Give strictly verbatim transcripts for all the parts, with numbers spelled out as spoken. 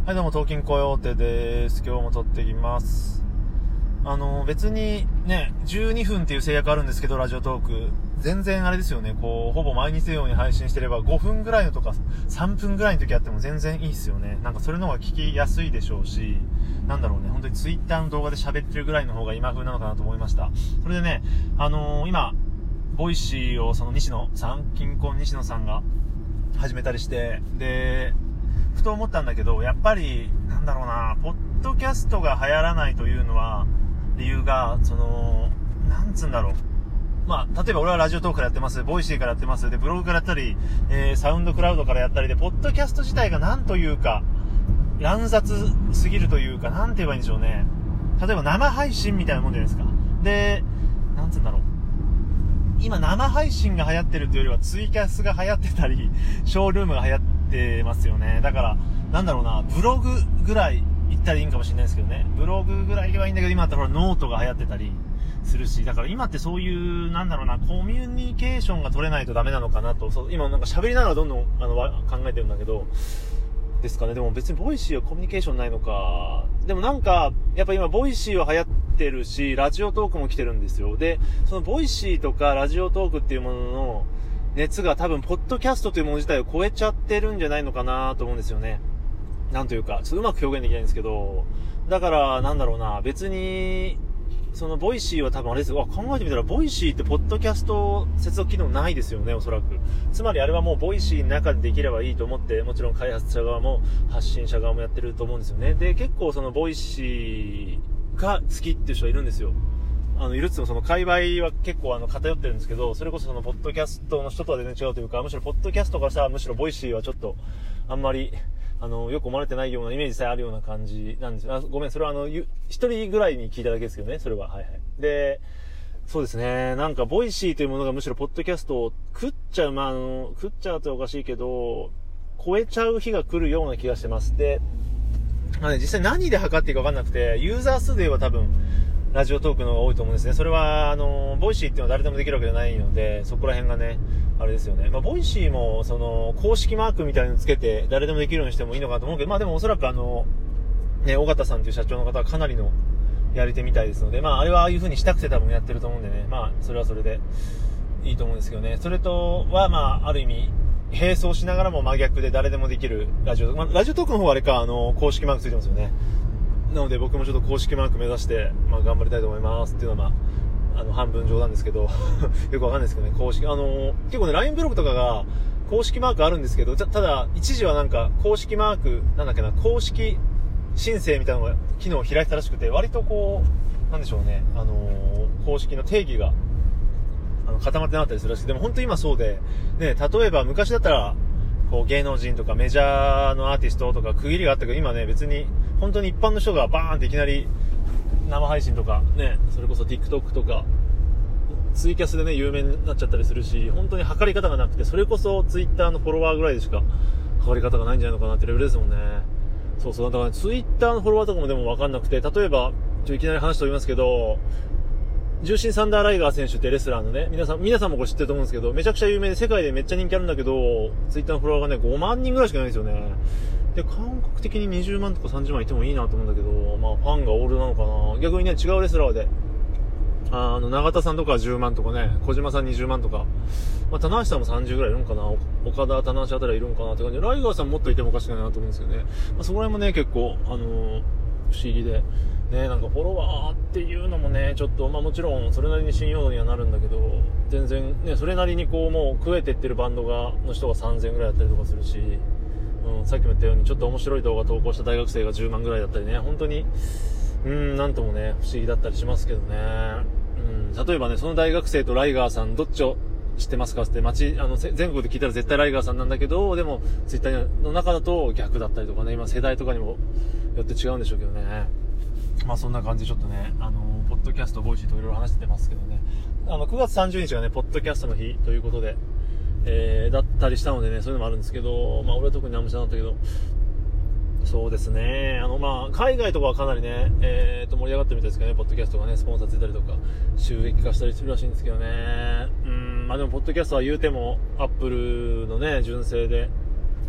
はい、どうも、東京コヨーテです。今日も撮っていきます。あの、別にね、じゅうにふんっていう制約あるんですけど、ラジオトーク。全然あれですよね、こう、ほぼ毎日のように配信してれば、ごふんぐらいのとか、さんぷんぐらいの時あっても全然いいっすよね。なんかそれの方が聞きやすいでしょうし、なんだろうね、本当にツイッターの動画で喋ってるぐらいの方が今風なのかなと思いました。それでね、あのー、今、ボイシーをその西野さん、金婚西野さんが始めたりして、で、ふと思ったんだけど、やっぱりなんだろうな、ポッドキャストが流行らないというのは理由がそのなんつうんだろう、まあ例えば俺はラジオトークからやってます、ボイシーからやってます、でブログからやったり、えー、サウンドクラウドからやったりで、ポッドキャスト自体がなんというか乱雑すぎるというか、なんて言えばいいんでしょうね。例えば生配信みたいなもんじゃないですか。で、なんつうんだろう、今生配信が流行ってるというよりはツイキャスが流行ってたり、ショールームが流行ってますよね。だからなんだろうな、ブログぐらい言ったらいいんかもしれないですけどね。ブログぐらいはいいんだけど、今だったらほらノートが流行ってたりするし、だから今ってそういうなんだろうな、コミュニケーションが取れないとダメなのかなと。そう、今なんか喋りながらどんどんあの考えてるんだけどですかね。でも別にボイシーはコミュニケーションないのか。でもなんかやっぱ今ボイシーは流行ってるし、ラジオトークも来てるんですよ。で、そのボイシーとかラジオトークっていうものの熱が多分ポッドキャストというもの自体を超えちゃってるんじゃないのかなと思うんですよね。なんというかちょっとうまく表現できないんですけど、だからなんだろうな、別にそのボイシーは多分あれですよ。考えてみたらボイシーってポッドキャスト接続機能ないですよね、おそらく。つまりあれはもうボイシーの中でできればいいと思って、もちろん開発者側も発信者側もやってると思うんですよね。で、結構そのボイシーが好きっていう人がいるんですよ。あのいるっつってもその界隈は結構あの偏ってるんですけど、それこそそのポッドキャストの人とは全然違うというか、むしろポッドキャストからしたらむしろボイシーはちょっとあんまりあのよく思われてないようなイメージさえあるような感じなんですよ。あ、ごめん、それはあの一人ぐらいに聞いただけですけどね、それは。はいはい。で、そうですね、なんかボイシーというものがむしろポッドキャストを食っちゃう、まあ、あの食っちゃうっておかしいけど超えちゃう日が来るような気がしてます。で、まあね、実際何で測っていいか分かんなくて、ユーザー数で言えば多分ラジオトークの方が多いと思うんですね。それはあのボイシーっていうのは誰でもできるわけじゃないので、そこら辺がねあれですよね。まあボイシーもその公式マークみたいなのつけて誰でもできるようにしてもいいのかと思うけど、まあでもおそらくあのね、尾形さんという社長の方はかなりのやり手みたいですので、まああれはああいう風にしたくて多分やってると思うんでね、まあそれはそれでいいと思うんですけどね。それとはまあある意味並走しながらも真逆で誰でもできるラジオ、まあ、ラジオトークの方はあれか、あの公式マークついてますよね。なので僕もちょっと公式マーク目指して、まあ、頑張りたいと思いますっていうのは、まあ、あの半分冗談ですけどよくわかんないですけどね、公式あの結構ね ライン ブログとかが公式マークあるんですけど、ただ一時はなんか公式マークなんだっけな、公式申請みたいなのが機能を開いたらしくて、割とこうなんでしょうね、あの公式の定義があの固まってなかったりするらしくて、でも本当に今そうでね、例えば昔だったらこう芸能人とかメジャーのアーティストとか区切りがあったけど、今ね別に本当に一般の人がバーンっていきなり生配信とかね、それこそ TikTok とかツイキャスでね有名になっちゃったりするし、本当に測り方がなくて、それこそ Twitter のフォロワーぐらいでしか測り方がないんじゃないのかなってレベルですもんね。そうそう、だから、ね、Twitter のフォロワーとかもでも分かんなくて、例えばちょいきなり話飛びますけど、重心サンダーライガー選手ってレスラーのね、皆さん、皆さんもこれ知ってると思うんですけど、めちゃくちゃ有名で世界でめっちゃ人気あるんだけど、ツイッターのフォロワーがね、ごまんにんぐらいしかないんですよね。で、韓国的ににじゅうまんとかさんじゅうまんいてもいいなと思うんだけど、まあファンがオールなのかな。逆にね、違うレスラーで、あ, あの、永田さんとかはじゅうまんとかね、小島さんにじゅうまんとか、まあ棚橋さんもさんじゅうぐらいいるんかな、岡田、棚橋あたりはいるんかなって感じで、ライガーさんもっといてもおかしくないなと思うんですよね。まあそこら辺もね、結構、あのー、不思議で、ね、なんかフォロワーっていうのもね、ちょっと、まあもちろんそれなりに信用度にはなるんだけど、全然ね、それなりにこうもう食えてってるバンドが、の人がさんぜんぐらいだったりとかするし、うん、さっきも言ったようにちょっと面白い動画投稿した大学生がじゅうまんぐらいだったりね、本当に、うん、なんともね、不思議だったりしますけどね。うん、例えばね、その大学生とライガーさん、どっちを知ってますかって街、あの、全国で聞いたら絶対ライガーさんなんだけど、でも、ツイッターの中だと逆だったりとかね、今世代とかにもよって違うんでしょうけどね。まあそんな感じでちょっとね、あのポッドキャストボイシーといろいろ話してますけどね、あのくがつさんじゅうにちがねポッドキャストの日ということで、えー、だったりしたのでね、そういうのもあるんですけど、まあ俺は特に何も知らなかったけど、そうですね、あのまあ海外とかはかなりね、えー、と盛り上がってるみたいですけどね、ポッドキャストがねスポンサーついたりとか収益化したりするらしいんですけどね。うん、まあでもポッドキャストは言うてもアップルのね純正で、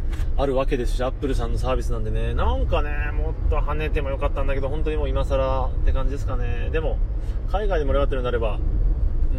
あるわけですし、アップルさんのサービスなんでね、なんかね、もっと跳ねてもよかったんだけど、本当にもう今更って感じですかね。でも、海外で盛り上がってるんであれば、うん、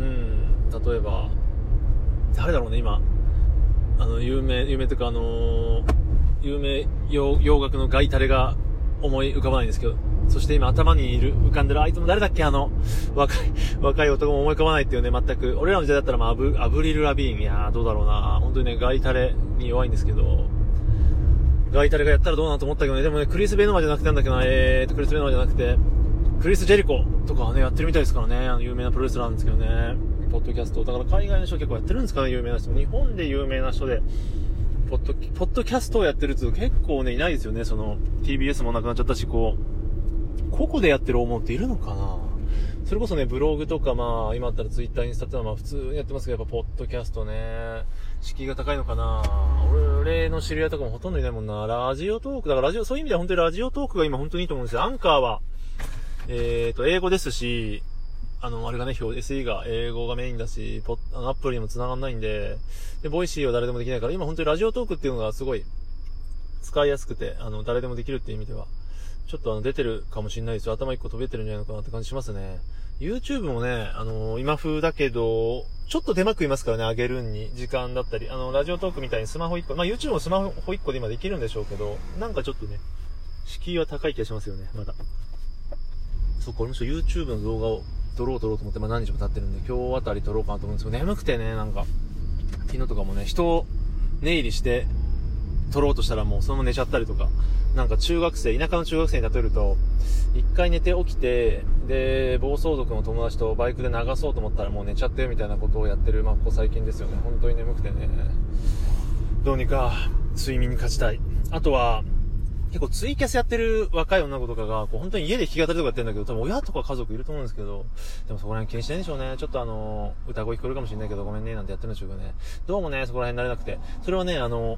例えば、誰だろうね、今、あの、有名、有名というか、あのー、有名洋、洋楽のガイタレが思い浮かばないんですけど、そして今頭にいる、浮かんでるあいつも誰だっけ、あの、若い、若い男も思い浮かばないっていうね、全く。俺らの時代だったら、まあ、アブ、アブリル・ラビーン。いやー、どうだろうな。本当にね、ガイタレに弱いんですけど、ガイタレがやったらどうなと思ったけどね、でもね、クリス・ベノマじゃなくてなんだっけな、えーと、クリス・ベノマじゃなくて、クリス・ジェリコとかはね、やってるみたいですからね、あの、有名なプロレスラーなんですけどね、ポッドキャスト。だから海外の人結構やってるんですかね、有名な人。日本で有名な人で、ポッド、ポッドキャストをやってるって結構ね、いないですよね、その、ティービーエス もなくなっちゃったし、こう、個々でやってる思うっているのかな。それこそね、ブログとか、まあ、今だったらツイッター、インスタってのはまあ普通にやってますけど、やっぱポッドキャストね、敷居が高いのかな。俺の知り合いとかもほとんどいないもんな。ラジオトーク、だからラジオ、そういう意味では本当にラジオトークが今本当にいいと思うんですよ。アンカーは、えーと、英語ですし、あの、あれがね、表、エスイー が英語がメインだし、ポッ、あの、アップルにも繋がんないんで、で、ボイシーは誰でもできないから、今本当にラジオトークっていうのがすごい使いやすくて、あの、誰でもできるっていう意味では、ちょっとあの、出てるかもしれないですよ。頭一個飛べてるんじゃないのかなって感じしますね。YouTube もね、あのー、今風だけど、ちょっと手間食いますからね、上げるんに、時間だったり、あの、ラジオトークみたいにスマホいっこ、まあ YouTube もスマホいっこで今できるんでしょうけど、なんかちょっとね、敷居は高い気がしますよね、まだ。そう、これもちょっと YouTube の動画を撮ろう撮ろうと思って、まあ何日も経ってるんで、今日あたり撮ろうかなと思うんですけど、眠くてね、なんか、昨日とかもね、人を寝入りして、撮ろうとしたらもうそのまま寝ちゃったりとか、なんか中学生、田舎の中学生に例えると、一回寝て起きて、で、暴走族の友達とバイクで流そうと思ったらもう寝ちゃってみたいなことをやってる、まあ、ここ最近ですよね。本当に眠くてね。どうにか睡眠に勝ちたい。あとは、結構ツイキャスやってる若い女の子とかが、こう本当に家で弾き語りとかやってるんだけど、多分親とか家族いると思うんですけど、でもそこら辺気にしてないんでしょうね。ちょっとあの、歌声聞こえるかもしれないけど、ごめんね、なんてやってるんでしょうけどね。どうもね、そこら辺慣れなくて。それはね、あの、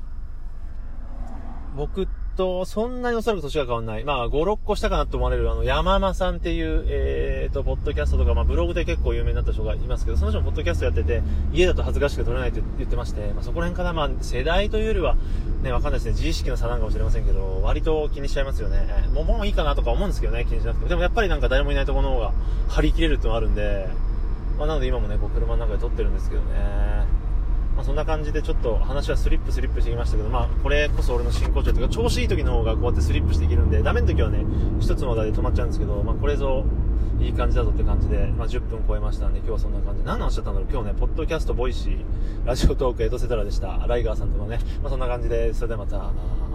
僕と、そんなにおそらく年が変わんない。まあ、ご、ろっこしたかなと思われる、あの、山間さんっていう、えーと、ポッドキャストとか、まあ、ブログで結構有名になった人がいますけど、その人もポッドキャストやってて、家だと恥ずかしく撮れないって言ってまして、まあ、そこら辺かな、まあ、世代というよりは、ね、わかんないですね。自意識の差なんかもしれませんけど、割と気にしちゃいますよね。もう、もういいかなとか思うんですけどね、気にしなくても。でもやっぱりなんか誰もいないところの方が張り切れるってのがあるんで、まあ、なので今もね、こう、車の中で撮ってるんですけどね。まあそんな感じでちょっと話はスリップスリップしてきましたけど、まあこれこそ俺の真骨頂というか調子いい時の方がこうやってスリップしていけるんで、ダメな時はね、一つの話題で止まっちゃうんですけど、まあこれぞいい感じだぞって感じで、まあじゅっぷん超えましたんで、今日はそんな感じで、何の話だったんだろう。今日ね、ポッドキャスト、ボイシー、ラジオトーク、エトセトラでした。ライガーさんとかね、まあそんな感じで、それではまた。